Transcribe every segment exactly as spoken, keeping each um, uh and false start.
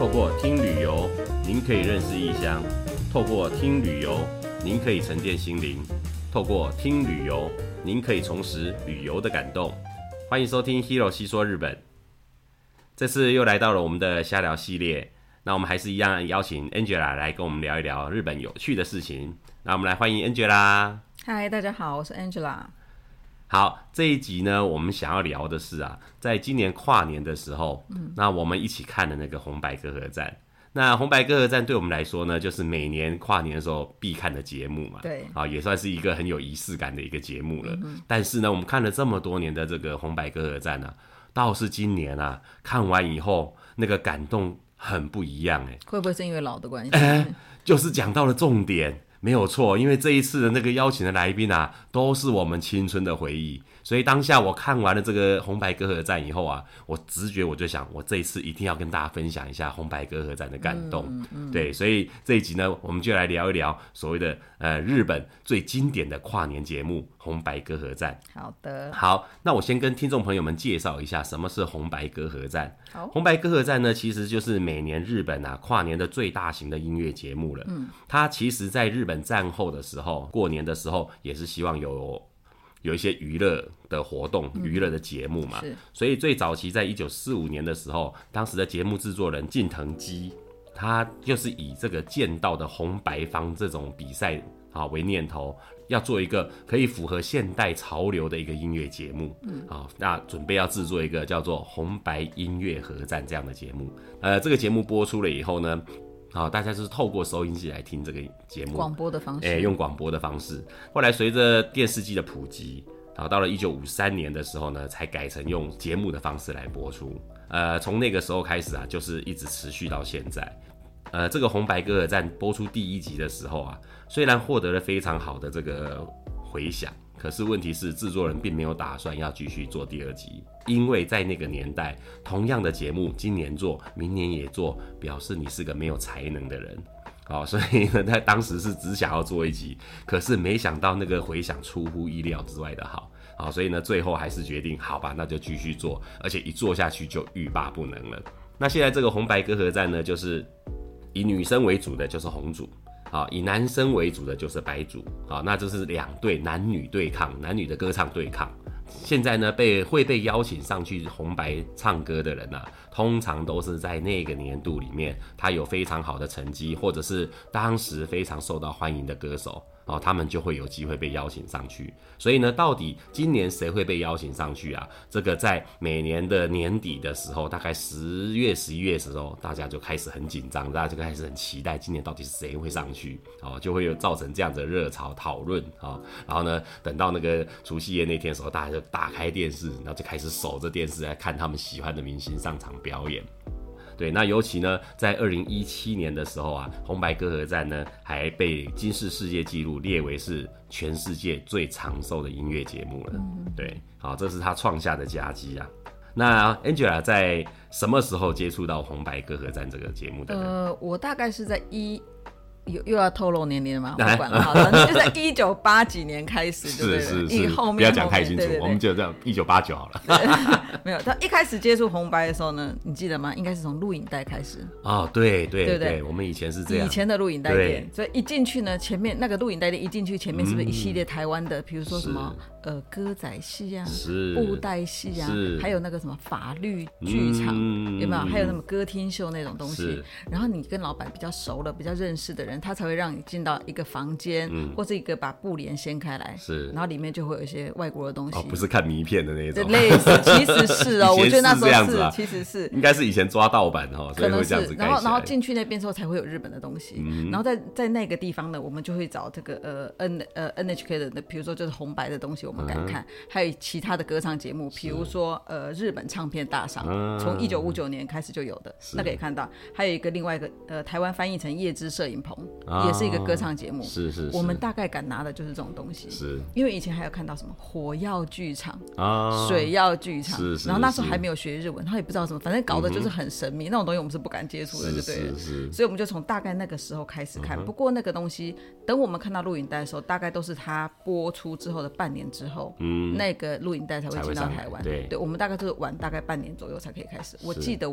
透过听旅游，您可以认识异乡；透过听旅游，您可以沉淀心灵；透过听旅游，您可以重拾旅游的感动。欢迎收听 Hiro 细说日本。这次又来到了我们的瞎聊系列，那我们还是一样邀请 Angela 来跟我们聊一聊日本有趣的事情。那我们来欢迎 Angela。 嗨，大家好，我是 Angela。 好，这一集呢，我们想要聊的是啊，在今年跨年的时候，嗯、那我们一起看的那个红白歌合战。那红白歌合战对我们来说呢，就是每年跨年的时候必看的节目嘛， 对， 啊，也算是一个很有仪式感的一个节目了。嗯、但是呢，我们看了这么多年的这个红白歌合战啊，倒是今年啊，看完以后那个感动很不一样哎、欸。 会不会是因为老的关系？ 欸、就是讲到了重点。没有错，因为这一次的那个邀请的来宾啊，都是我们青春的回忆。所以当下我看完了这个红白歌合战以后啊，我直觉我就想，我这一次一定要跟大家分享一下红白歌合战的感动。嗯嗯、对，所以这一集呢，我们就来聊一聊所谓的呃日本最经典的跨年节目红白歌合战。 好的， 好，那我先跟听众朋友们介绍一下什么是红白歌合战。 好， 红白歌合战呢，其实就是每年日本啊跨年的最大型的音乐节目了。嗯，它其实在日本战后的时候，过年的时候也是希望有有一些娱乐的活动、娱乐的节目嘛。 是， 所以最早期在一九四五年的时候，当时的节目制作人近藤基，他就是以这个剑道的红白方这种比赛啊为念头，要做一个可以符合现代潮流的一个音乐节目。嗯，啊，那准备要制作一个叫做红白音乐合战这样的节目。呃，这个节目播出了以后呢，好，大家就是透过收音机来听这个节目， 广播的方式， 欸、用广播的方式。后来随着电视机的普及，然后到了一九五三年的时候呢，才改成用节目的方式来播出。呃，从那个时候开始啊，就是一直持续到现在。呃，这个红白歌合战播出第一集的时候啊，虽然获得了非常好的这个回响，可是问题是制作人并没有打算要继续做第二集，因为在那个年代，同样的节目今年做，明年也做，表示你是个没有才能的人。好，所以呢，他当时是只想要做一集，可是没想到那个回响出乎意料之外的好。好，所以呢，最后还是决定，好吧，那就继续做，而且一做下去就欲罢不能了。那现在这个红白歌合战呢，就是以女生为主的就是红组，好，以男生为主的就是白组，好，那这是两队男女对抗，男女的歌唱对抗。现在呢，被会被邀请上去红白唱歌的人啊，通常都是在那个年度里面，他有非常好的成绩，或者是当时非常受到欢迎的歌手。哦，他们就会有机会被邀请上去。所以呢，到底今年谁会被邀请上去啊？这个在每年的年底的时候，大概十月、十一月的时候，大家就开始很紧张，大家就开始很期待今年到底是谁会上去，哦，就会有造成这样子的热潮讨论啊。然后呢，等到那个除夕夜那天的时候，大家就打开电视，然后就开始守着电视来看他们喜欢的明星上场表演。对，那尤其呢，在二零一七年的时候啊，红白歌合战呢还被金氏世界纪录列为是全世界最长寿的音乐节目了。嗯、对，好，这是他创下的佳绩啊。那 Angela 在什么时候接触到红白歌合战这个节目的呢？ 呃，我大概是在一。又又要透露年龄了吗？我管了，好了，就在一九八几年开始，对不对？ 是是是， 后面不要讲太清楚， 对对对， 我们就这样一九八九好了。 没有，他一开始接触红白的时候呢，你记得吗？应该是从录影带开始。 哦，对对 对, 对, 对， 我们以前是这样， 以前的录影带店，所以一进去呢，前面那个录影带店一进去，前面是不是一系列台湾的，比、嗯、如说什么呃歌仔戏啊，布袋戏啊，还有那个什么法律剧场、嗯，有没有？还有那么歌厅秀那种东西。然后你跟老板比较熟了、比较认识的人，他才会让你进到一个房间、嗯，或是一个把布帘掀开来，是，然后里面就会有一些外国的东西， 哦，不是看迷片的那种， 类似，其实是哦，我觉得那时候是， 啊、 其实是， 应该是以前抓盗版哦，所以会这样子盖起来。 然后，然后进去那边之后才会有日本的东西，嗯、然后在在那个地方呢，我们就会找这个呃 N 呃 N H K 的，比如说就是红白的东西，我们敢看，嗯、还有其他的歌唱节目，比如说呃日本唱片大赏，从一九五九年开始就有的，那个也看到，还有一个另外一个呃台湾翻译成夜之摄影棚，哦、也是一个歌唱节目。是是是，我们大概敢拿的就是这种东西，是因为以前还有看到什么火药剧场、哦、水药剧场，是是是，然后那时候还没有学日文，他也不知道什么，反正搞的就是很神秘、嗯、那种东西我们是不敢接触的，就对了，是是是，所以我们就从大概那个时候开始看、嗯、不过那个东西等我们看到录影带的时候，大概都是他播出之后的半年之后、嗯、那个录影带才会进到台湾，对对，我们大概就是晚大概半年左右才可以开始。我记得我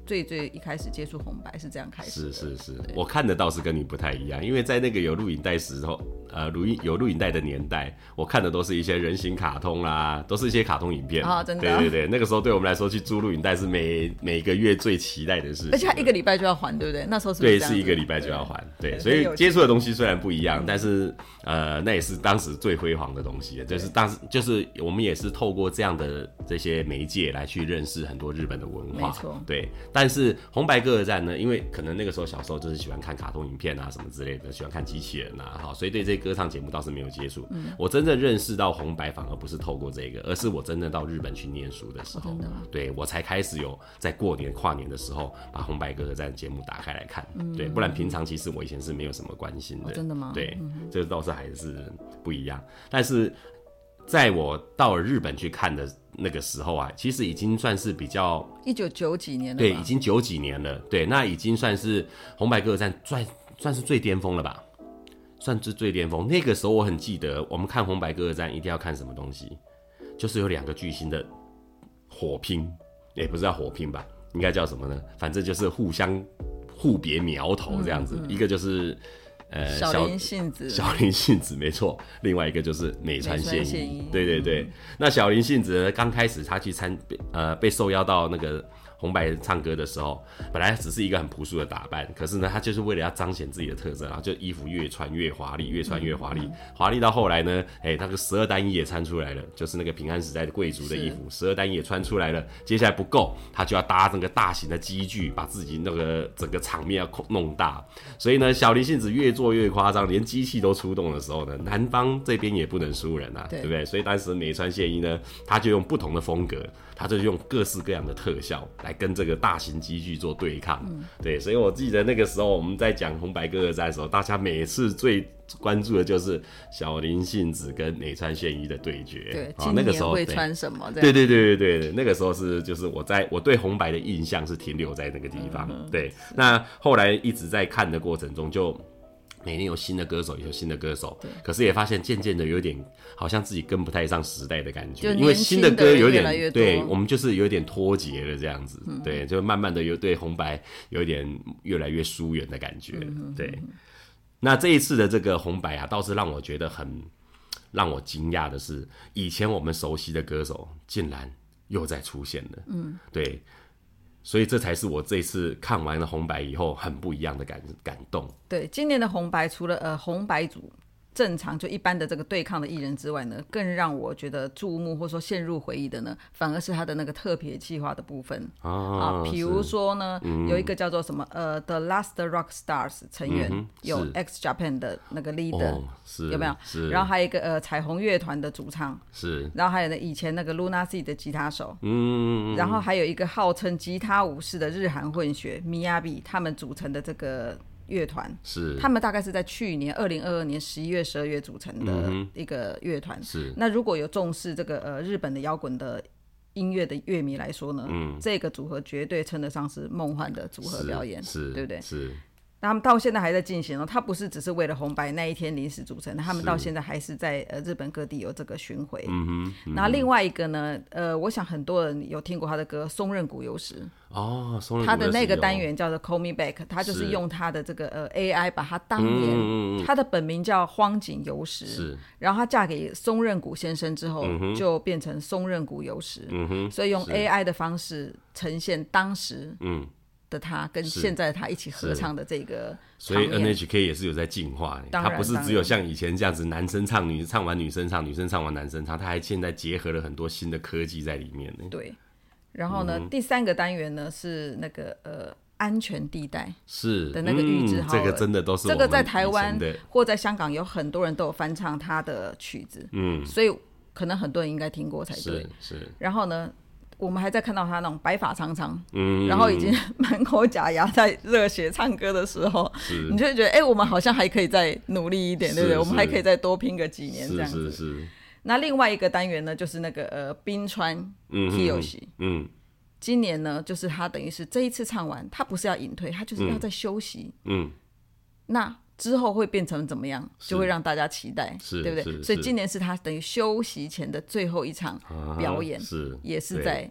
最最一开始接触红白是这样开始的。 是是是，我看的倒是跟你不太一样，因为在那个有录影带时候，呃，录音有录影带的年代，我看的都是一些人形卡通啦，都是一些卡通影片。 啊、哦，真的、 对对对，那个时候对我们来说去租录影带是每每个月最期待的事情， 而且他一个礼拜就要还，对不对？那时候是不是对， 这样子？ 是一个礼拜就要还。对， 对， 所以接触的东西虽然不一样，但是呃，那也是当时最辉煌的东西，就是当时就是我们也是透过这样的这些媒介来去认识很多日本的文化。 没错， 对。但是红白歌尔战呢，因为可能那个时候小时候就是喜欢看卡通影片啊什么之类的，喜欢看机器人啊，好，所以对这些歌唱节目倒是没有接触。嗯、我真正认识到红白反而不是透过这个，而是我真正到日本去念书的时候，哦、对我才开始有在过年跨年的时候把红白歌尔战节目打开来看。嗯、对，不然平常其实我以前是没有什么关心的。 哦、真的吗？ 对，嗯、这个倒是还是不一样。但是在我到了日本去看的那个时候啊，其实已经算是比较一九九几年了吧， 对，已经九几年了，对，那已经算是红白歌尔战算算是最巅峰了吧，算是最巅峰。那个时候我很记得，我们看红白歌尔战一定要看什么东西，就是有两个巨星的火拼，也不是叫火拼吧，应该叫什么呢？反正就是互相互别苗头这样子，嗯嗯、一个就是。呃， 小林幸子， 小林幸子没错，另外一个就是美川宪一，对对对。嗯、那小林幸子呢，刚开始他去参呃被受邀到那个红白唱歌的时候，本来只是一个很朴素的打扮，可是呢，他就是为了要彰显自己的特色，然后就衣服越穿越华丽，越穿越华丽，华丽到后来呢，哎，那个十二单衣也穿出来了，就是那个平安时代的贵族的衣服，十二单衣也穿出来了。接下来不够，他就要搭那个大型的机具，把自己那个整个场面要弄大。所以呢，小林幸子越做越夸张，连机器都出动的时候呢，南方这边也不能输人啊， 对, 对不对？所以当时美川宪一呢，他就用不同的风格，他就用各式各样的特效来跟这个大型机具做对抗。嗯、对，所以我记得那个时候我们在讲红白歌尔战的时候，大家每次最关注的就是小林幸子跟美川宪一的对决。 对，今年会穿什么？ 对对对对对，那个时候是就是我在我对红白的印象是停留在那个地方。嗯、对，那后来一直在看的过程中就。每年有新的歌手，有新的歌手，可是也发现渐渐的有点好像自己跟不太上时代的感觉，因为新的歌有点越越对我们就是有点脱节了这样子，嗯、对，就慢慢的有对红白有一点越来越疏远的感觉，嗯、对。那这一次的这个红白啊，倒是让我觉得很让我惊讶的是，以前我们熟悉的歌手竟然又再出现了，嗯，对。所以这才是我这次看完了红白以后很不一样的 感, 感动。 对，今年的红白除了呃红白组正常就一般的这个对抗的艺人之外呢，更让我觉得注目或说陷入回忆的呢，反而是他的那个特别企划的部分啊。比如说呢，嗯、有一个叫做什么呃 The Last Rock Stars 成员、嗯、有 X Japan 的那个 leader，、哦、有没有？然后还有一个呃彩虹乐团的主唱，是。然后还有呢以前那个 Luna Sea 的吉他手，嗯，然后还有一个号称吉他武士的日韩混血 Miyabi 他们组成的这个。乐团是，他们大概是在去年二零二二年十一月、十二月组成的一个乐团、嗯。是，那如果有重视这个呃日本的摇滚的音乐的乐迷来说呢，嗯，这个组合绝对称得上是梦幻的组合表演，是，是对不对？是。那他们到现在还在进行哦，他不是只是为了红白那一天临时组成的，他们到现在还是在呃日本各地有这个巡回。嗯哼。嗯然后另外一个呢，呃，我想很多人有听过他的歌《松任谷由实》哦，松任谷由实他的那个单元叫做 Call Me Back， 他就是用他的这个呃 A I 把他当年、嗯、他的本名叫荒井由实，是，然后他嫁给松任谷先生之后、嗯、就变成松任谷由实，嗯哼，所以用 A I 的方式呈现当时嗯。的他跟现在的他一起合唱的这个， 所以 N H K 也是有在进化，他不是只有像以前这样子男生唱女唱完女生唱，女生唱完男生唱，他还现在结合了很多新的科技在里面呢。 对，然后呢、嗯、第三个单元呢是那个呃安全地带是的那个玉置浩二、嗯、这个真的都是我们这个在台湾或在香港有很多人都有翻唱他的曲子，嗯，所以可能很多人应该听过才对。是，是然后呢我们还在看到他那种白发苍苍、嗯、然后已经满口假牙在热血唱歌的时候，你就会觉得哎、欸，我们好像还可以再努力一点，对不对？我们还可以再多拼个几年这样子。是是是。那另外一个单元呢就是那个呃冰川 Kiyoshi， 嗯，今年呢就是他等于是这一次唱完他不是要隐退，他就是要再休息，嗯，那之后会变成怎么样就会让大家期待，对不对？所以今年是他等于休息前的最后一场表演、啊、是也是在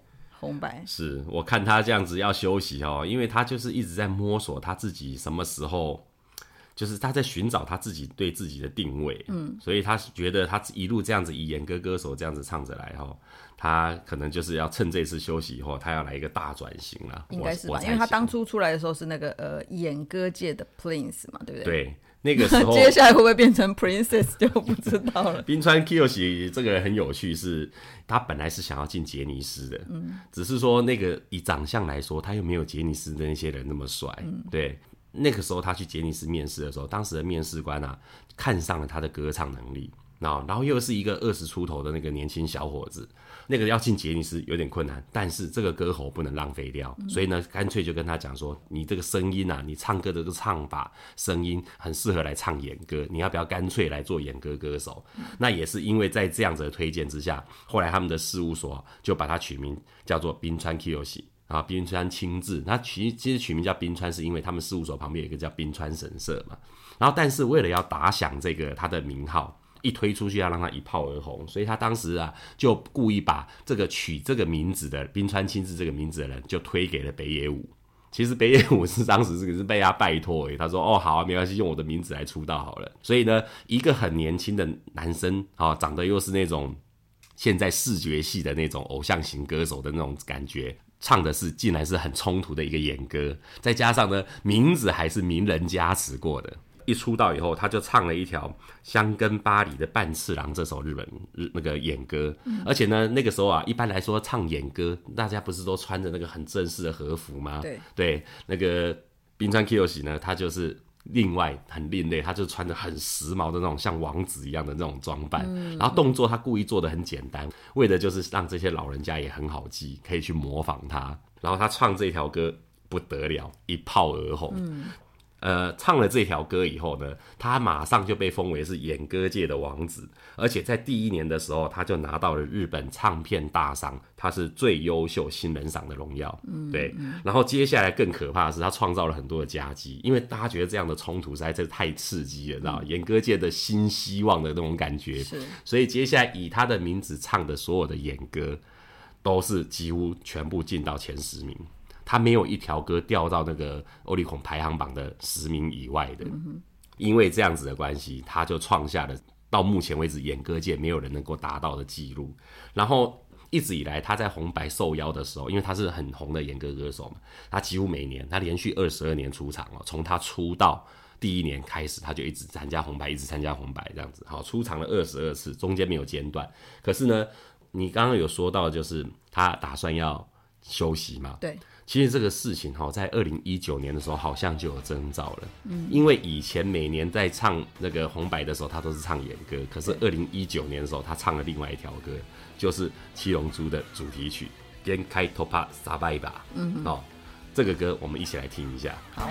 红白。 是我看他这样子要休息哦，因为他就是一直在摸索他自己什么时候，就是他在寻找他自己对自己的定位，嗯，所以他觉得他一路这样子以演歌歌手这样子唱着来哈，他可能就是要趁这次休息以后，他要来一个大转型了， 应该是吧？因为他当初出来的时候是那个呃演歌界的 Prince 嘛，对不对？ 对。那个时候接下来会不会变成 Princess 就不知道了。 滨川 Kiyoshi 这个人很有趣，是他本来是想要进杰尼斯的，嗯，只是说那个以长相来说，他又没有杰尼斯的那些人那么帅，嗯，对。那个时候他去杰尼斯面试的时候，当时的面试官啊看上了他的歌唱能力，然后又是一个二十出头的那个年轻小伙子，那个要进杰尼斯有点困难，但是这个歌喉不能浪费掉，嗯，所以呢，干脆就跟他讲说，你这个声音啊，你唱歌的这个唱法，声音很适合来唱演歌，你要不要干脆来做演歌歌手？嗯，那也是因为在这样子的推荐之下，后来他们的事务所就把他取名叫做滨川 Kiyoshi。啊，滨川清志，他其其实取名叫滨川，是因为他们事务所旁边有一个叫滨川神社嘛。然后，但是为了要打响这个他的名号，一推出去要让他一炮而红，所以他当时啊就故意把这个取这个名字的滨川清志这个名字的人就推给了北野武。其实北野武是当时是被他拜托而已，他说哦好啊，没关系，用我的名字来出道好了。所以呢，一个很年轻的男生啊，长得又是那种现在视觉系的那种偶像型歌手的那种感觉。唱的是竟然是很冲突的一个演歌，再加上呢名字还是名人加持过的。一出道以后，他就唱了一条香根巴里的半次郎这首日本日那个演歌，嗯，而且呢那个时候啊，一般来说唱演歌，大家不是都穿着那个很正式的和服吗？ 对对，那个滨川 Kiyoshi 呢，他就是另外很另类，他就穿着很时髦的那种像王子一样的那种装扮，嗯，然后动作他故意做的很简单，为的就是让这些老人家也很好记，可以去模仿他。然后他唱这条歌不得了，一炮而红。嗯呃，唱了这条歌以后呢，他马上就被封为是演歌界的王子，而且在第一年的时候，他就拿到了日本唱片大赏，他是最优秀新人赏的荣耀。嗯，对。然后接下来更可怕的是，他创造了很多的佳绩，因为大家觉得这样的冲突实在是太刺激了，知道吗？演歌界的新希望的那种感觉。是。所以接下来以他的名字唱的所有的演歌，都是几乎全部进到前十名。他没有一条歌掉到那个欧力孔排行榜的十名以外的，嗯，因为这样子的关系，他就创下了到目前为止演歌界没有人能够达到的记录。然后一直以来他在红白受邀的时候，因为他是很红的演歌歌手嘛，他几乎每年他连续二十二年出场哦，从他出道第一年开始，他就一直参加红白，一直参加红白这样子，好，出场了二十二次，中间没有间断。可是呢，你刚刚有说到，就是他打算要休息嘛？ 对。 其实这个事情在二零一九年的时候好像就有征兆了，嗯，因为以前每年在唱那个红白的时候，他都是唱演歌，可是二零一九年的时候，他唱了另外一条歌，就是七龙珠的主题曲《Genkai Topa Sabai》吧，嗯，哦，这个歌我们一起来听一下。好。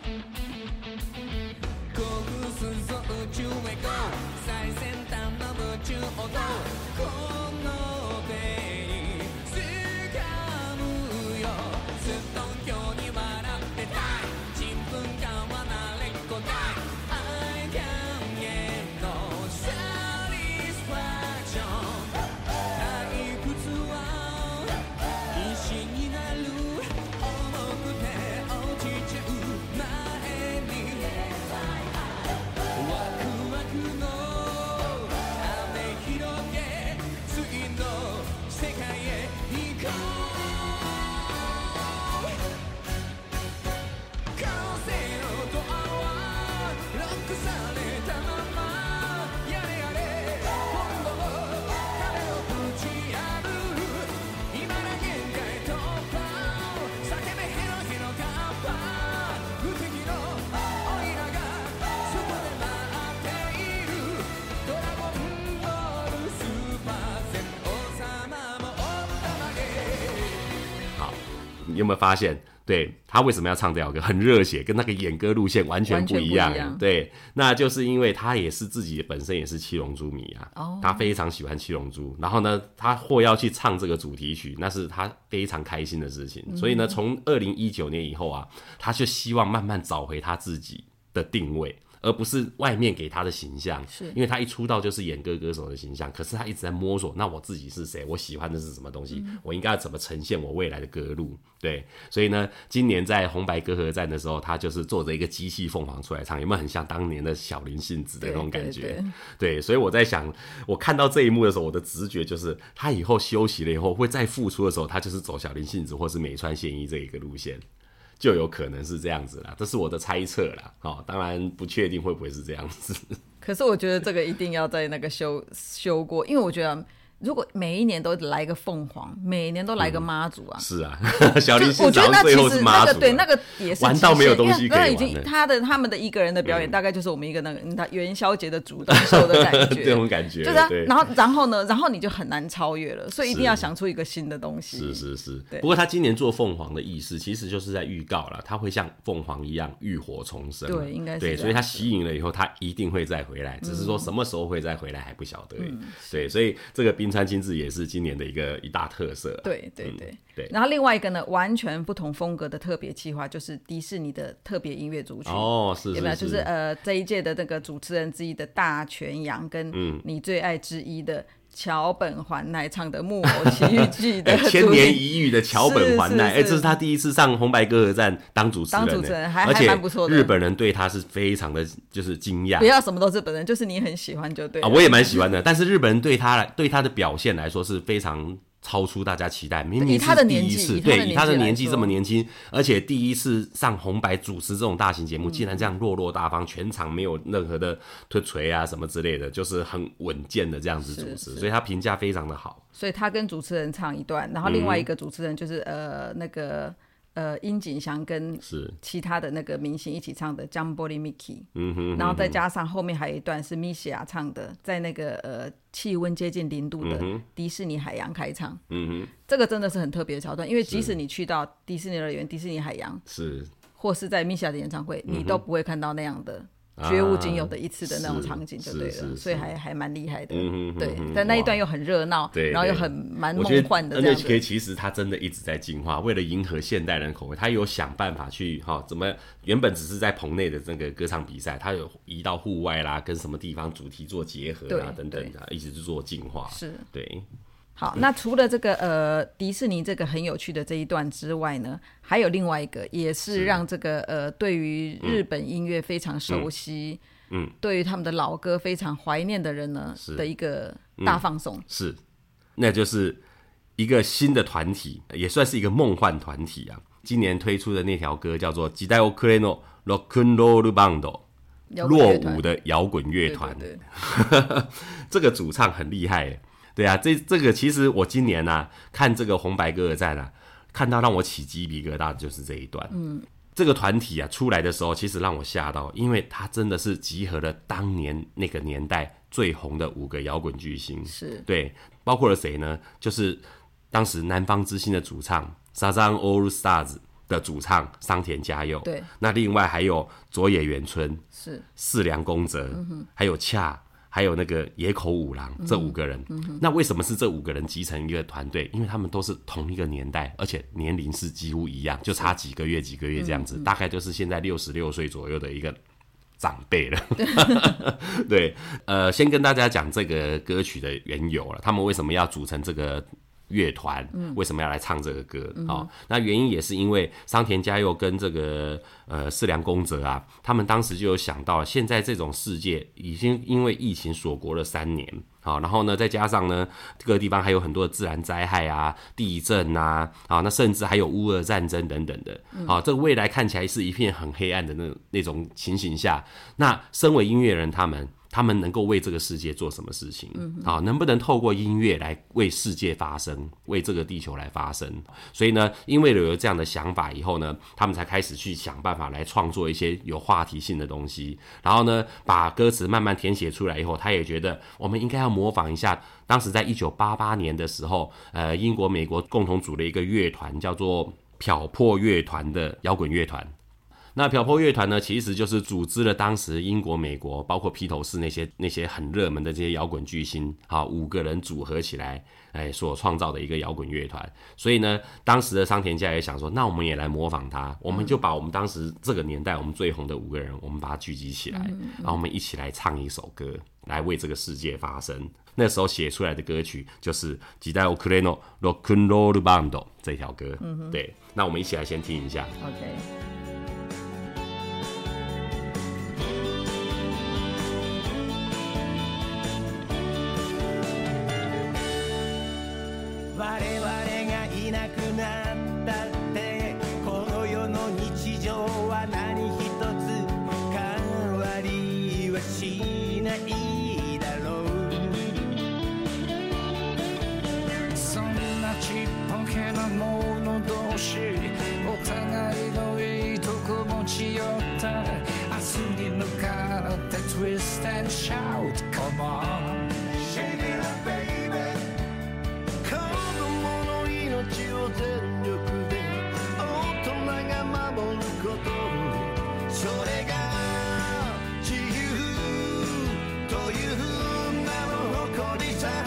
你有没有发现，对他为什么要唱这条歌，很热血，跟那个演歌路线完全不一样。 完全不一样对，那就是因为他也是自己本身也是七龙珠迷啊，哦，他非常喜欢七龙珠，然后呢，他或要去唱这个主题曲，那是他非常开心的事情。嗯，所以呢，从二零一九年以后啊，他就希望慢慢找回他自己的定位， 而不是外面给他的形象。 是因为他一出道就是演歌歌手的形象，可是他一直在摸索，那我自己是谁，我喜欢的是什么东西、嗯、我应该要怎么呈现我未来的歌路。对，所以呢今年在红白歌合战的时候，他就是坐着一个机器凤凰出来唱，有没有很像当年的小林幸子的那种感觉？ 对, 对, 对, 对，所以我在想，我看到这一幕的时候，我的直觉就是他以后休息了以后会再复出的时候，他就是走小林幸子或是美川宪一这一个路线，就有可能是这样子啦，这是我的猜测啦、哦、当然不确定会不会是这样子。 可是我觉得这个一定要在那个修修过，因为我觉得如果每一年都来个凤凰，每年都来个妈祖啊、嗯、 是啊小林幸子好像最后是妈祖、啊、 对，那个也是玩到没有东西可以玩了， 已经他的他们的一个人的表演、嗯、大概就是我们一个那个元宵节的主动秀的感觉这种感觉就是、啊、然后然后呢然后你就很难超越了，所以一定要想出一个新的东西。 是是是，不过他今年做凤凰的意思其实就是在预告啦，他会像凤凰一样浴火重生。 对，应该是对，所以他吸引了以后他一定会再回来，只是说什么时候会再回来还不晓得、嗯、对，所以这个滨川金志也是今年的一个一大特色。 对对对、嗯、 对。 然后另外一个呢，完全不同风格的特别企划，就是迪士尼的特别音乐组曲。 哦，是是是， 有没有？就是呃这一届的那个主持人之一的大泉洋，跟你最爱之一的桥本环奈唱的《木偶奇遇记》的千年一遇的桥本环奈，哎，这是他第一次上红白歌合战当主持人， 当主持人还而且还蛮不错的。 日本人对他是非常的就是惊讶， 不要什么都是日本人，就是你很喜欢就对了、 啊、我也蛮喜欢的。但是日本人对他对他的表现来说是非常超出大家期待，明明是第一次，对，以他的年纪这么年轻，而且第一次上红白主持这种大型节目、嗯、竟然这样落落大方，全场没有任何的推锤啊什么之类的，就是很稳健的这样子主持，所以他评价非常的好。所以他跟主持人唱一段，然后另外一个主持人就是、嗯、呃那个呃，殷景祥跟其他的那个明星一起唱的《Jambori Miki》，嗯哼，然后再加上后面还有一段是米西亚唱的，在那个呃气温接近零度的迪士尼海洋开唱，嗯哼，这个真的是很特别的桥段，因为即使你去到迪士尼乐园、迪士尼海洋，是，或是在米西亚的演唱会，你都不会看到那样的绝无仅有的一次的那种场景就对了，所以还还蛮厉害的、嗯、对、嗯、但那一段又很热闹，然后又很蛮梦幻的这样子。 N H K 其实它真的一直在进化，为了迎合现代人口味，它有想办法去、哦、怎么原本只是在棚内的那个歌唱比赛，它有移到户外啦，跟什么地方主题做结合啦等等的，一直去做进化。是，对。 好，那除了这个呃迪士尼这个很有趣的这一段之外呢，还有另外一个也是让这个呃对于日本音乐非常熟悉，嗯，嗯对于他们的老歌非常怀念的人呢的一个大放送、嗯、是， 那就是一个新的团体，也算是一个梦幻团体啊。今年推出的那条歌叫做《時代遅れのロックンロールバンド》，落伍的摇滚乐团。这个主唱很厉害耶。对啊，这这个其实我今年啊看这个红白歌合战啊，看到让我起鸡皮疙瘩的就是这一段。嗯，这个团体啊出来的时候，其实让我吓到，因为它真的是集合了当年那个年代最红的五个摇滚巨星。是，对，包括了谁呢？就是当时南方之星的主唱 Sasan All Stars 的主唱桑田佳佑。对，那另外还有佐野元春，是四良公则、嗯，还有恰。还有那个野口五郎，这五个人、嗯嗯、那为什么是这五个人集成一个团队？因为他们都是同一个年代，而且年龄是几乎一样，就差几个月几个月这样子、嗯嗯、大概就是现在六十六岁左右的一个长辈了对，呃，先跟大家讲这个歌曲的缘由了，他们为什么要组成这个乐团、嗯、为什么要来唱这个歌、嗯哦、那原因也是因为桑田佳佑跟这个呃四良公则啊，他们当时就有想到现在这种世界已经因为疫情锁国了三年，好，然后呢再加上呢各个地方还有很多的自然灾害啊，地震啊，好，那甚至还有乌俄战争等等的，好，这个未来看起来是一片很黑暗的那那种情形下，那身为音乐人他们他们能够为这个世界做什么事情、嗯、好，能不能透过音乐来为世界发声，为这个地球来发声。所以呢因为有这样的想法以后呢，他们才开始去想办法来创作一些有话题性的东西，然后呢把歌词慢慢填写出来以后，他也觉得我们应该要模仿一下当时在一九八八年的时候呃，英国美国共同组了一个乐团叫做漂泊乐团的摇滚乐团。 那瓢泼乐团呢，其实就是组织了当时英国、美国，包括披头士那些那些很热门的这些摇滚巨星，好五个人组合起来，哎，所创造的一个摇滚乐团。所以呢，当时的桑田佳也想说，那我们也来模仿他，我们就把我们当时这个年代我们最红的五个人，我们把它聚集起来，然后我们一起来唱一首歌，来为这个世界发声。那时候写出来的歌曲就是《時代遅れのロックンロールバンド》这条歌。嗯、对，那我们一起来先听一下。 OK。 我々がいなくなったってこの世の日常は何一つ変わりはしないだろう。そんなちっぽけなもの同士お互いのいいとこ持ち寄った明日に向かって Twist and shout Come on Shake it up baby 全力で大人が守ることそれが自由という名の誇りさ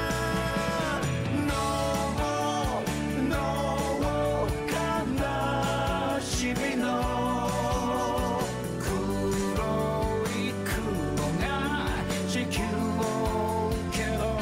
No, no 悲しみの黒い雲が地球をけど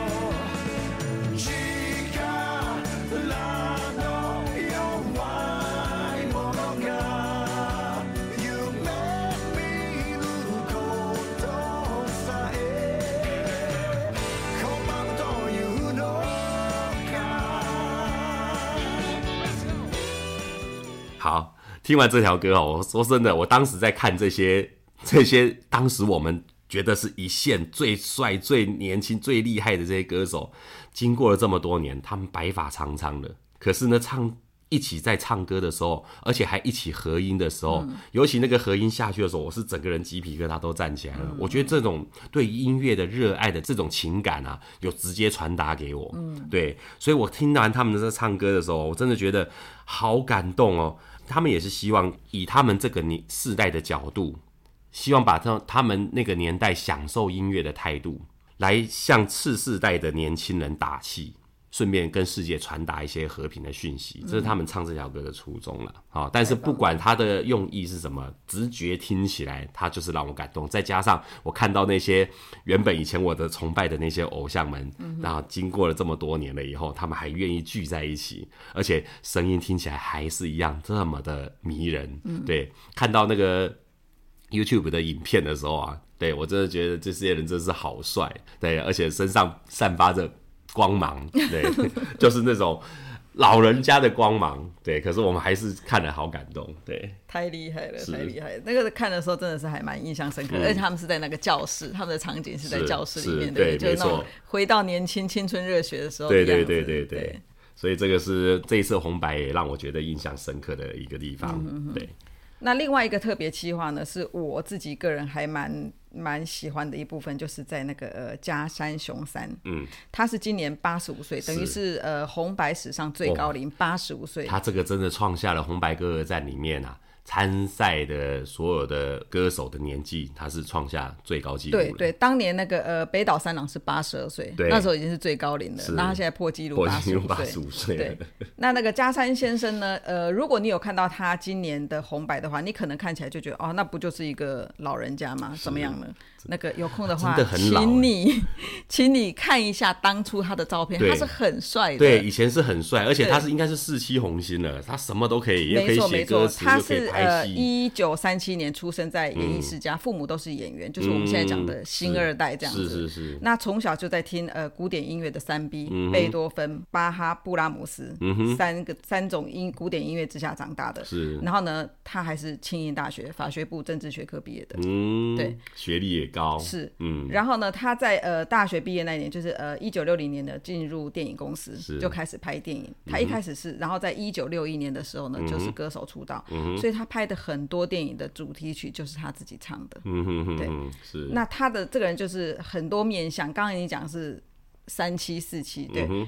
好，听完这条歌哦，我说真的，我当时在看这些这些，当时我们觉得是一线最帅、最年轻、最厉害的这些歌手，经过了这么多年，他们白发苍苍的，可是呢，唱一起在唱歌的时候，而且还一起合音的时候，嗯、尤其那个合音下去的时候，我是整个人鸡皮疙瘩都站起来了。嗯、我觉得这种对音乐的热爱的这种情感啊，有直接传达给我。嗯，对，所以我听完他们在唱歌的时候，我真的觉得好感动哦。他们也是希望以他们这个世代的角度，希望把他们那个年代享受音乐的态度，来向次世代的年轻人打气，顺便跟世界传达一些和平的讯息，这是他们唱这条歌的初衷了。好，但是不管他的用意是什么，直觉听起来他就是让我感动。再加上我看到那些原本以前我的崇拜的那些偶像们，然后经过了这么多年了以后，他们还愿意聚在一起，而且声音听起来还是一样这么的迷人。对，看到那个 YouTube 的影片的时候啊，对，我真的觉得这些人真是好帅，对，而且身上散发着光芒，对，就是那种老人家的光芒，对。可是我们还是看了好感动，对， 太厉害了，太厉害了。那个看的时候真的是还蛮印象深刻的，嗯、而且他们是在那个教室，他们的场景是在教室里面，对，就是那种回到年轻、青春热血的时候的样子， 对对对对 对, 对。所以这个是这一次红白也让我觉得印象深刻的一个地方，嗯、哼哼对。 那另外一个特别企划呢，是我自己个人还蛮蛮喜欢的一部分，就是在那个呃加山雄三，嗯，他是今年八十五岁，等于是呃红白史上最高龄，八十五岁。 他这个真的创下了红白歌合战里面啊参赛的所有的歌手的年纪，他是创下最高纪录。 对对，当年那个呃北岛三郎是八十二岁，那时候已经是最高龄了。那他现在破纪录八十五岁。对，那那个加山先生呢？呃，如果你有看到他今年的红白的话，你可能看起来就觉得哦，那不就是一个老人家吗？怎么样呢？那个有空的话，请你请你看一下当初他的照片，他是很帅的。 对，以前是很帅，而且他是应该是四七红星了，他什么都可以，也可以写歌词，又可以拍戏。 一九三七年出生在演艺世家，嗯、父母都是演员，就是我们现在讲的新二代这样子。 是是是。 那从小就在听呃古典音乐的三 B，、嗯、贝多芬、巴哈、布拉姆斯、嗯、三个三种音古典音乐之下长大的。 是。 然后呢，他还是庆应大学法学部政治学科毕业的。 嗯， 对， 学历也高。 是，嗯。然后呢，他在呃大学毕业那一年，就是呃一九六零年的进入电影公司，就开始拍电影。他一开始是，嗯、然后在一九六一年的时候呢，嗯、就是歌手出道，嗯、所以他拍的很多电影的主题曲就是他自己唱的。 嗯哼哼， 对， 是。 那他的这个人就是很多面向，刚刚你讲是三七四七，对。嗯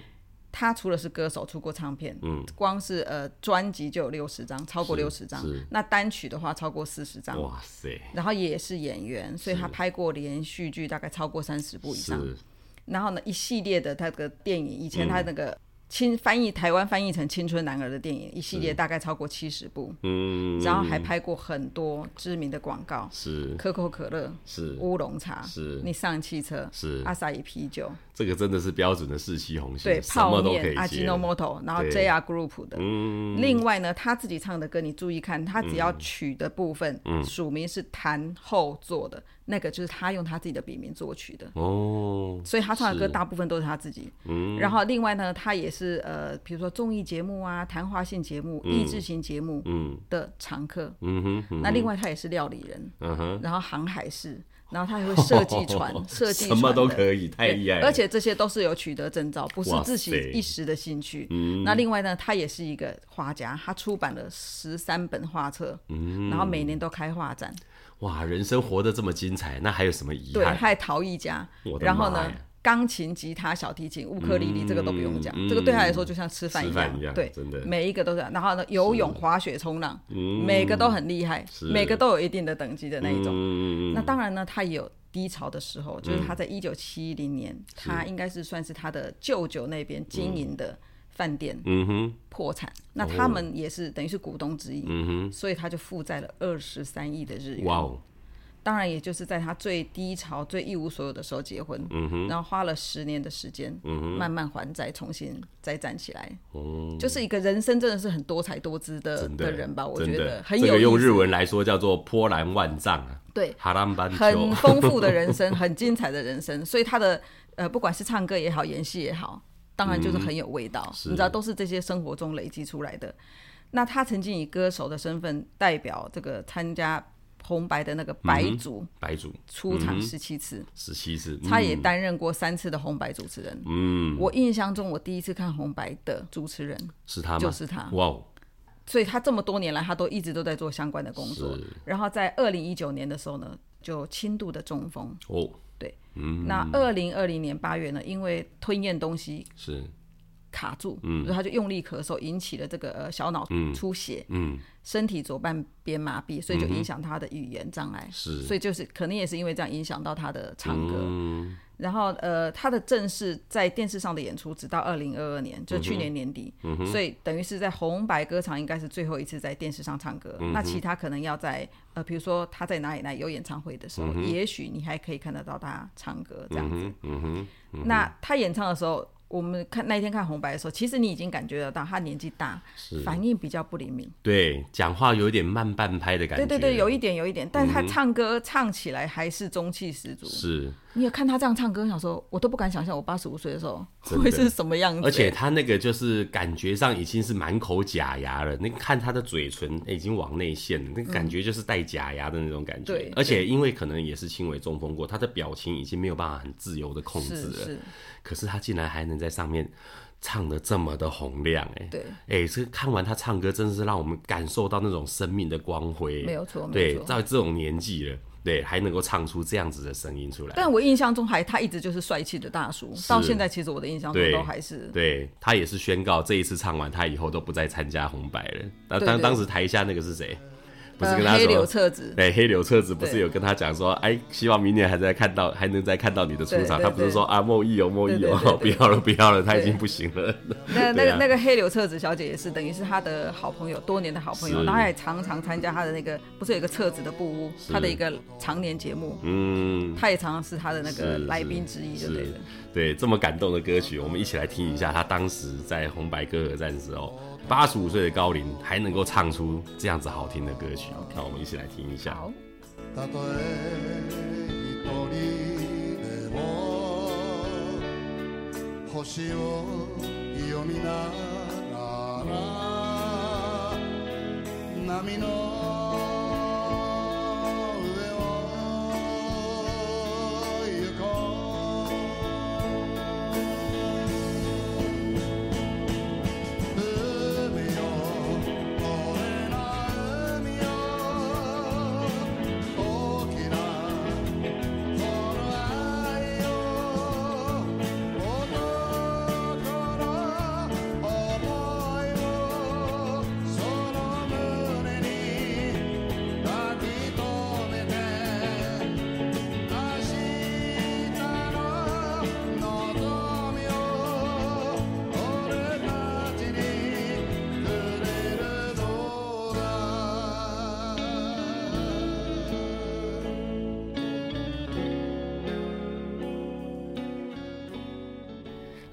他除了是歌手出过唱片， 嗯， 光是呃专辑就有六十张，超过六十张。那单曲的话超过四十张。 哇塞！ 然后也是演员，所以他拍过连续剧大概超过三十部以上。然后呢，一系列的他的电影，以前他那个、嗯。青翻译台湾翻译成青春男儿的电影一系列大概超过七十部，嗯，然后还拍过很多知名的广告，是可口可乐，是乌龙茶，是你上汽车，是阿萨伊啤酒， 这个真的是标准的四期红星， 对，泡面阿基诺摩托，然后 J R Group 的，嗯，另外呢，他自己唱的歌你注意看，他只要曲的部分，嗯，署名是谭后做的。那个就是他用他自己的笔名作曲的哦，所以他唱的歌大部分都是他自己。嗯，然后另外呢，他也是呃，比如说综艺节目啊、谈话性节目、益智型节目的常客。嗯哼，嗯那另外他也是料理人，嗯哼，然后航海士，然后他还会设计船，设计船什么都可以，太厉害了。 而且这些都是有取得证照，不是自己一时的兴趣。嗯，那另外呢，他也是一个画家，他出版了十三本画册，嗯，然后每年都开画展。 哇，人生活得这么精彩，那还有什么遗憾？ 对，还陶艺家，然后呢，钢琴、吉他、小提琴、乌克丽丽，这个都不用讲，嗯、这个对他来说就像吃饭一样， 一样对， 真的， 每一个都是。然后呢，游泳、滑雪、冲浪，嗯、每个都很厉害，每个都有一定的等级的那一种。嗯、那当然呢，他也有低潮的时候，就是他在一九七零年，嗯、他应该是算是他的舅舅那边经营的饭店，嗯哼，破产。那他们也是等于是股东之一，嗯哼，所以他就负债了二十三亿的日元。哇哦！当然，也就是在他最低潮、最一无所有的时候结婚，嗯哼，然后花了十年的时间，嗯哼，慢慢还债，重新再站起来。哦，就是一个人生真的是很多才多姿 的, 的, 的人吧，我觉得很有意思。 这个用日文来说叫做波澜万丈啊， 对， 哈兰班很丰富的人生，很精彩的人生。所以他的呃，不管是唱歌也好，演戏也好。当然就是很有味道，嗯、你知道都是这些生活中累积出来的。那他曾经以歌手的身份代表这个参加红白的那个白组，嗯、白组出场十七次， 十七次， 他也担任过三次的红白主持人。嗯，我印象中我第一次看红白的主持人是他吗？ 就是他。 哇哦！ 所以他这么多年来，他都一直都在做相关的工作。然后在二零一九年的时候呢，就轻度的中风。哦。对，嗯、那二零二零年八月呢，因为吞咽东西是卡住，嗯，所以他就用力咳嗽，引起了这个呃小脑出血，嗯，嗯身体左半边麻痹，所以就影响他的语言障碍，是、嗯，所以就是可能也是因为这样影响到他的唱歌。嗯然后呃，他的正式在电视上的演出直到二零二二年，就去年年底，嗯、所以等于是在红白歌场应该是最后一次在电视上唱歌。嗯、那其他可能要在呃，比如说他在哪里来有演唱会的时候，嗯、也许你还可以看得到他唱歌这样子。嗯嗯嗯嗯、那他演唱的时候，我们看那一天看红白的时候，其实你已经感觉得到他年纪大，反应比较不灵敏， 对，讲话有点慢半拍的感觉。 对对对，有一点有一点，但是他唱歌、嗯、唱起来还是中气十足。是。你有看他这样唱歌，想说我都不敢想象我八十五岁的时候会是什么样子。 而且他那个就是感觉上已经是满口假牙了，那看他的嘴唇已经往内陷了，那个感觉就是带假牙的那种感觉。对、嗯，而且因为可能也是轻微中风过，他的表情已经没有办法很自由的控制了。是是。可是他竟然还能在上面唱得这么的洪亮、欸，哎，对，哎、欸，这看完他唱歌，真的是让我们感受到那种生命的光辉。 没有错， 对，到这种年纪了。对，还能够唱出这样子的声音出来。 但我印象中还他一直就是帅气的大叔，到现在其实我的印象中都还是。 对，他也是宣告这一次唱完，他以后都不再参加红白了。当当当时台下那个是谁？不是跟他说、呃、 黑柳彻子， 对，黑柳彻子不是有跟他讲说，哎，希望明年还在看到，还能再看到你的出场。他不是说啊，莫意哦，莫意哦，不要了，不要了，他已经不行了。 那那个、啊、那个黑柳彻子小姐也是，等于是他的好朋友，多年的好朋友，然后他也常常参加他的那个，不是有一个彻子的布屋，他的一个常年节目，嗯，他也常常是他的那个来宾之一，就对了。 对，这么感动的歌曲，我们一起来听一下他当时在红白歌合战的时候。八十五岁的高龄还能够唱出这样子好听的歌曲，那我们一起来聽一下。好。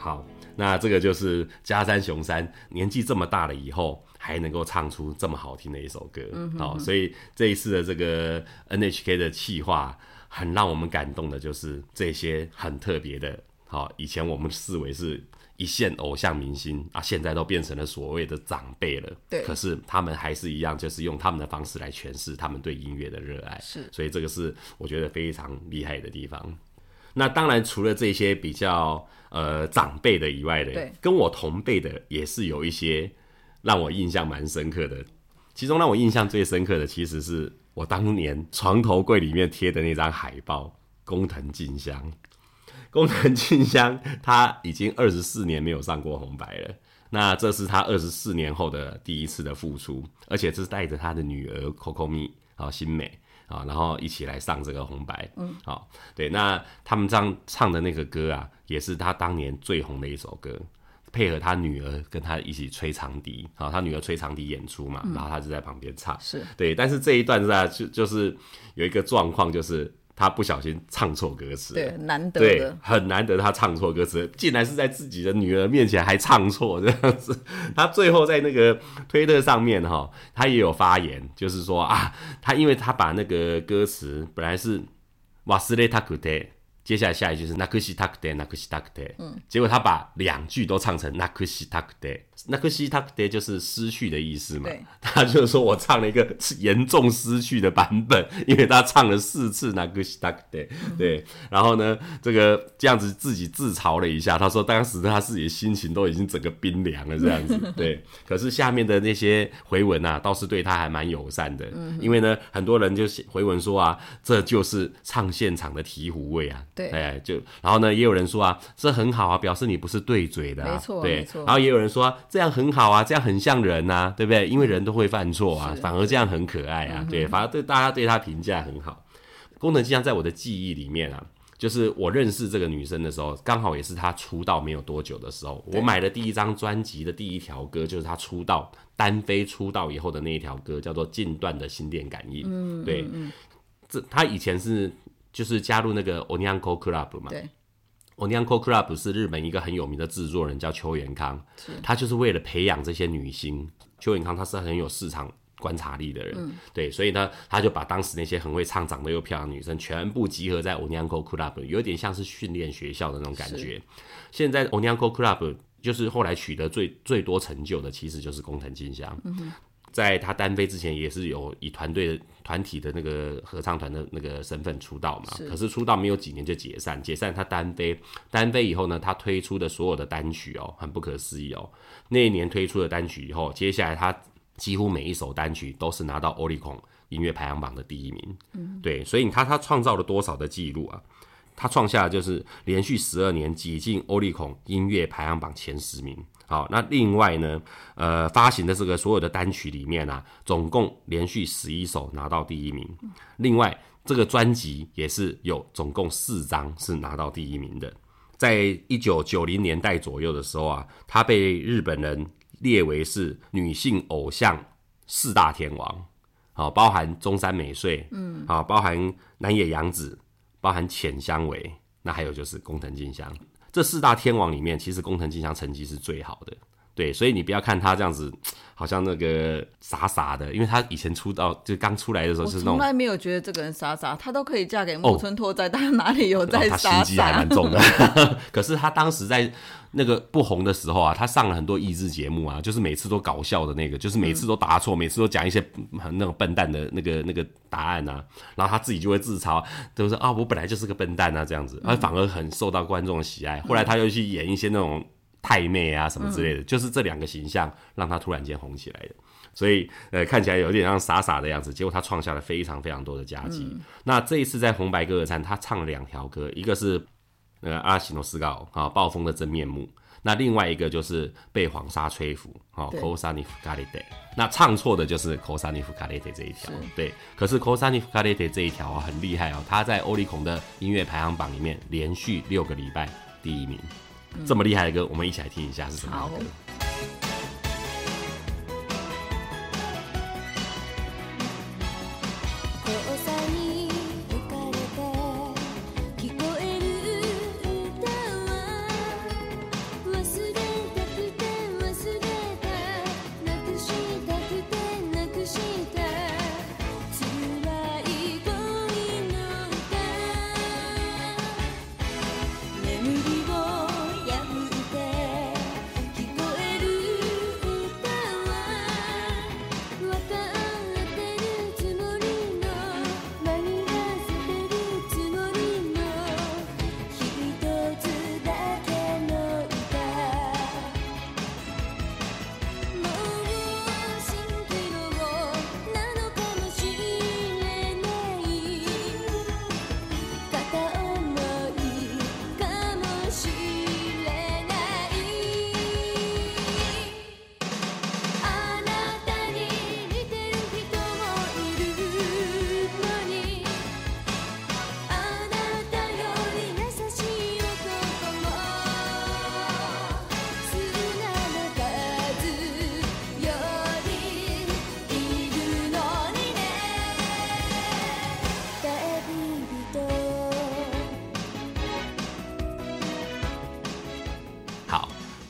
好，那这个就是加山雄三年纪这么大了以后还能够唱出这么好听的一首歌。嗯哼哼，好，所以这一次的这个 N H K 的企划很让我们感动的就是这些很特别的，好，以前我们视为是一线偶像明星啊，现在都变成了所谓的长辈了。 对， 可是他们还是一样，就是用他们的方式来诠释他们对音乐的热爱。 是， 所以这个是我觉得非常厉害的地方。那当然，除了这些比较呃长辈的以外的，跟我同辈的也是有一些让我印象蛮深刻的。其中让我印象最深刻的，其实是我当年床头柜里面贴的那张海报，工藤静香。工藤静香他已经二十四年没有上过红白了，那这是他二十四年后的第一次的复出，而且是带着他的女儿 Kokomi 啊新美啊，然后一起来上这个红白。嗯，好，对，那他们这样唱的那个歌啊，也是他当年最红的一首歌。配合他女儿跟他一起吹长笛，好，他女儿吹长笛演出嘛，嗯、然后他就在旁边唱， 是对。但是这一段是就就是有一个状况，就是他不小心唱错歌词， 对，难得的， 对，很难得他唱错歌词，竟然是在自己的女儿面前还唱错这样子。他最后在那个推特上面哈，他也有发言，就是说啊，他因为他把那个歌词本来是忘れたくて。接下来下一句是なくしたくてなくしたくて，嗯，结果他把两句都唱成なくしたくて，なくしたくて就是失去的意思嘛。他就说我唱了一个严重失去的版本，因为他唱了四次なくしたくて，对，然后呢，这个这样子自己自嘲了一下，他说当时他自己的心情都已经整个冰凉了这样子，对。可是下面的那些回文啊，倒是对他还蛮友善的，嗯，因为呢，很多人就回文说啊，这就是唱现场的醍醐味啊。 对， 哎，就然后呢，也有人说啊，这很好啊，表示你不是对嘴的啊， 没错， 对， 没错。 然后也有人说、啊、这样很好啊，这样很像人啊，对不对？因为人都会犯错啊，反而这样很可爱啊，嗯、对，反而对大家对他评价很好。工藤静香在我的记忆里面啊，就是我认识这个女生的时候，刚好也是她出道没有多久的时候，我买的第一张专辑的第一条歌就是她出道单飞出道以后的那一条歌，叫做《近段的心电感应》。嗯，对，嗯嗯这她以前是。就是加入那个 Onyanko Club 嘛， 对 ，Onyanko Club 是日本一个很有名的制作人，叫邱元康，他就是为了培养这些女星。邱元康他是很有市场观察力的人，嗯、对，所以呢，他就把当时那些很会唱、长得又漂亮的女生全部集合在 Onyanko Club， 有点像是训练学校的那种感觉。现在 Onyanko Club 就是后来取得最最多成就的，其实就是工藤静香。嗯在他单飞之前，也是有以团队团体的那个合唱团的那个身份出道嘛。可是出道没有几年就解散，解散他单飞，单飞以后呢，他推出的所有的单曲哦，很不可思议哦。那一年推出的单曲以后，接下来他几乎每一首单曲都是拿到 Oricon 音乐排行榜的第一名。嗯，对，所以他他创造了多少的记录啊？他创下的就是连续十二年挤进 Oricon 音乐排行榜前十名。好，那另外呢，呃，发行的这个所有的单曲里面啊，总共连续十一首拿到第一名。另外，这个专辑也是有总共四张是拿到第一名的。在一九九零年代左右的时候啊，他被日本人列为是女性偶像四大天王，好，包含中山美穗，嗯，好，包含南野阳子，包含浅香唯，那还有就是工藤静香。这四大天王里面，其实工藤静香成绩是最好的，对，所以你不要看他这样子，好像那个傻傻的，因为他以前出道就刚出来的时候是那种， 我从来没有觉得这个人傻傻，他都可以嫁给木村拓哉，他、哦、哪里有在傻傻？哦、他心机还蛮重的。 可是他当时在那个不红的时候啊，他上了很多益智节目啊，就是每次都搞笑的那个，就是每次都答错，嗯、每次都讲一些很那种笨蛋的那个那个答案啊，然后他自己就会自嘲，就说啊，我本来就是个笨蛋啊这样子，而反而很受到观众的喜爱。嗯、后来他又去演一些那种太妹啊什么之类的，嗯、就是这两个形象让他突然间红起来的。所以呃看起来有点像傻傻的样子，结果他创下了非常非常多的佳绩。嗯、那这一次在红白歌合战，他唱了两条歌，一个是呃阿西诺斯高啊暴风的真面目，那另外一个就是被黄沙吹拂啊 Kosani Fukarete， 那唱错的就是 Kosani Fukarete 这一条，对。可是 Kosani Fukarete 这一条啊很厉害哦，他在欧力孔的音乐排行榜里面连续六个礼拜第一名。嗯、这么厉害的歌，我们一起来听一下是什么歌。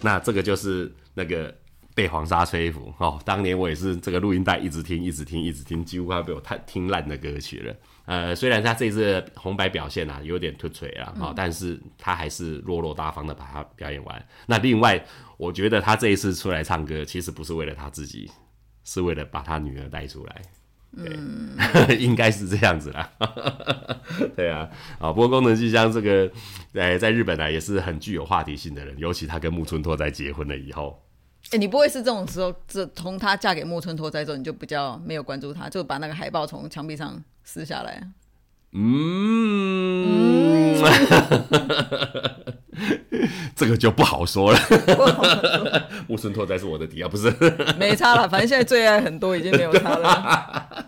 那这个就是那个被黄沙吹拂哦。当年我也是这个录音带一直听，一直听，一直听，几乎快被我听烂的歌曲了。呃，虽然他这次的红白表现啊有点突锤啊、嗯，但是他还是落落大方的把它表演完。那另外，我觉得他这一次出来唱歌，其实不是为了他自己，是为了把他女儿带出来。对，嗯、应该是这样子啦。对啊，啊，不过宫藤纪香这个，在在日本呢、啊、也是很具有话题性的人，尤其他跟木村拓哉结婚了以后。 哎、欸，你不会是这种时候，这从她嫁给木村拓哉之后，你就比较没有关注她，就把那个海报从墙壁上撕下来？ 嗯，嗯这个就不好说了。木村拓哉是我的敌啊，不是？没差了，反正现在最爱很多，已经没有差了。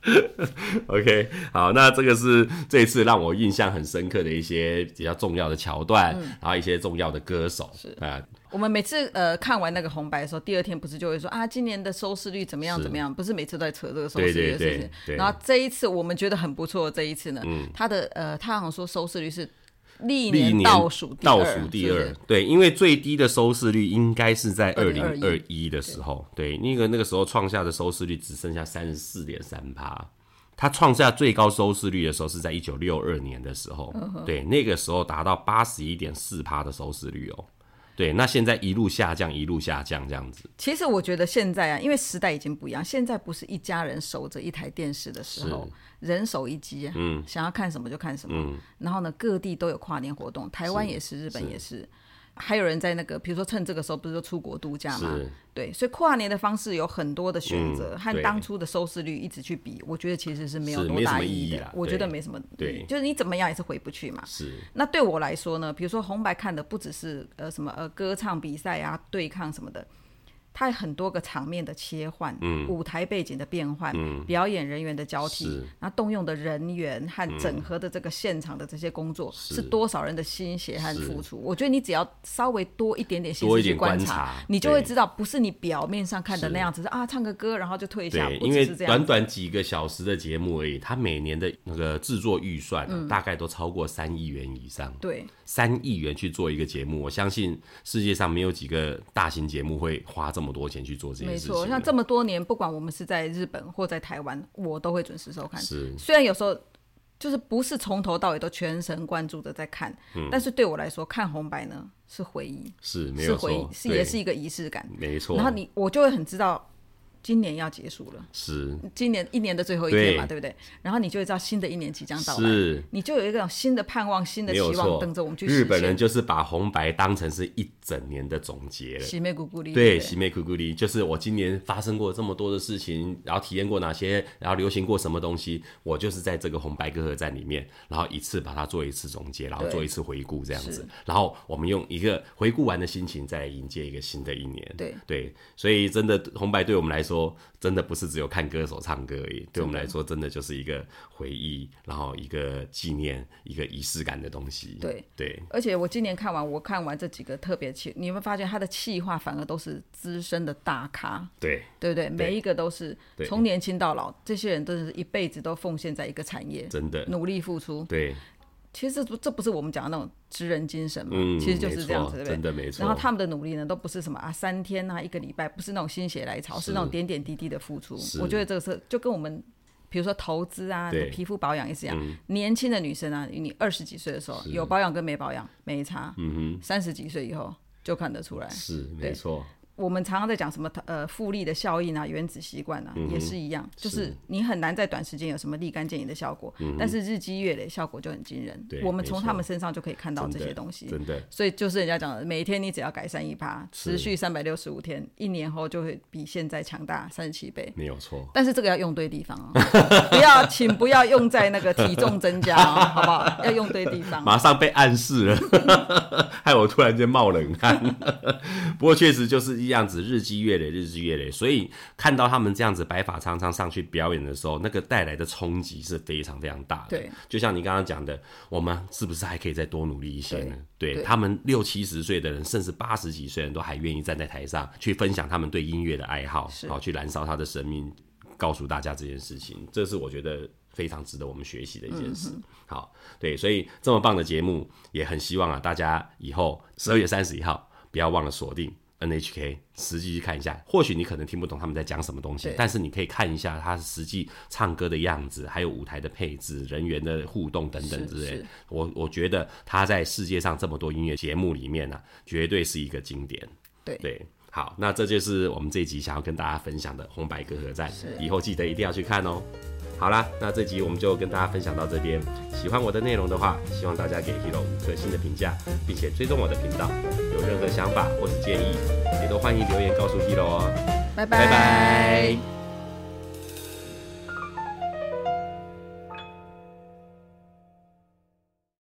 OK， 好，那这个是这一次让我印象很深刻的一些比较重要的桥段，嗯、然后一些重要的歌手。是啊、呃， 我们每次呃看完那个红白的时候，第二天不是就会说啊，今年的收视率怎么样怎么样？不是每次都在扯这个收视率的事情。对对对对，然后这一次我们觉得很不错，这一次呢，嗯、他的呃，他好像说收视率是历年倒数第二， 倒数第二，是是对，因为最低的收视率应该是在二零二一的时候，对，那个那个时候创下的收视率只剩下三十四点三趴。他创下最高收视率的时候是在一九六二年的时候，嗯、对，那个时候达到八十一点四趴的收视率哦。对，那现在一路下降，一路下降这样子。 其实我觉得现在啊，因为时代已经不一样，现在不是一家人守着一台电视的时候，人手一机啊，嗯，想要看什么就看什么。嗯、然后呢，各地都有跨年活动，台湾也是，日本也是。还有人在那个，比如说趁这个时候不是说出国度假嘛？对，所以跨年的方式有很多的选择，嗯、和当初的收视率一直去比，我觉得其实是没有多大意义的。义我觉得没什么意义，对，就是你怎么样也是回不去嘛。是。那对我来说呢，比如说红白看的不只是呃什么呃歌唱比赛啊、对抗什么的。它有很多个场面的切换、嗯、舞台背景的变换、嗯、表演人员的交替，然后动用的人员和整合的这个现场的这些工作，嗯、是多少人的心血和付出。我觉得你只要稍微多一点点心思去观 察, 观察你就会知道不是你表面上看的那样子，是啊唱个歌然后就退下， 对，因为短短几个小时的节目而已，它每年的那个制作预算、啊嗯、大概都超过三亿元以上。对，三亿元去做一个节目，我相信世界上没有几个大型节目会花这么多钱去做这件事情。没错， 像这么多年，不管我们是在日本或在台湾，我都会准时收看。是，虽然有时候就是不是从头到尾都全神贯注的在看、嗯，但是对我来说，看红白呢是回忆， 是没有错，是回忆， 是也是一个仪式感， 没错。 然后你我就会很知道。今年要结束了，是今年一年的最后一天嘛， 对, 对不对？然后你就会知道新的一年即将到来，是你就有一种新的盼望、新的期望等着我们去实现。 日本人就是把红白当成是一整年的总结了， 喜美古古里， 对，喜美古古里就是我今年发生过这么多的事情，然后体验过哪些，然后流行过什么东西，我就是在这个红白歌合战里面，然后一次把它做一次总结，然后做一次回顾这样子，然后我们用一个回顾完的心情再来迎接一个新的一年。对对，所以真的红白对我们来说，真的不是只有看歌手唱歌而已，对我们来说真的就是一个回忆，然后一个纪念，一个仪式感的东西。对对， 而且我今年看完，我看完这几个特别企，你会发现他的企划反而都是资深的大咖。对对不对？每一个都是从年轻到老，这些人真的是一辈子都奉献在一个产业，真的努力付出。对。其实这不是我们讲的那种职人精神嘛、嗯，其实就是这样子，对不对？真的没错。然后他们的努力呢，都不是什么啊三天啊一个礼拜，不是那种心血来潮，是那种点点滴滴的付出。我觉得这个是就跟我们比如说投资啊、皮肤保养也是一样、嗯。年轻的女生啊，你二十几岁的时候有保养跟没保养没差，嗯哼，三十几岁以后就看得出来，是没错。我们常常在讲什么呃复利的效应啊、原子习惯啊、嗯，也是一样，就是你很难在短时间有什么立竿见影的效果，嗯、但是日积月累效果就很惊人。我们从他们身上就可以看到这些东西，真的。所以就是人家讲的，每天你只要改善一趴，持续三百六十五天，一年后就会比现在强大三十七倍，没有错。但是这个要用对地方哦，不要，请不要用在那个体重增加哦，好不好？要用对地方。 马上被暗示了，害我突然间冒冷汗。不过确实就是。这样子日积月累，日积月累，所以看到他们这样子白发苍苍上去表演的时候，那个带来的冲击是非常非常大的。对，就像你刚刚讲的，我们是不是还可以再多努力一些呢？对，对他们六七十岁的人，甚至八十几岁的人都还愿意站在台上去分享他们对音乐的爱好，好去燃烧他的生命，告诉大家这件事情，这是我觉得非常值得我们学习的一件事。嗯、好，对，所以这么棒的节目，也很希望啊，大家以后十二月三十一号。 不要忘了锁定 N H K， 实际去看一下。或许你可能听不懂他们在讲什么东西，但是你可以看一下他实际唱歌的样子，还有舞台的配置、人员的互动等等之类的。我我觉得他在世界上这么多音乐节目里面呢、啊，绝对是一个经典。 对对。好，那这就是我们这一集想要跟大家分享的红白歌合战，以后记得一定要去看哦。好啦，那这集我们就跟大家分享到这边。喜欢我的内容的话，希望大家给 Hiro 五颗星的评价，并且追踪我的频道。有任何想法或是建议，也都欢迎留言告诉 Hiro 哦。 拜拜。 拜拜。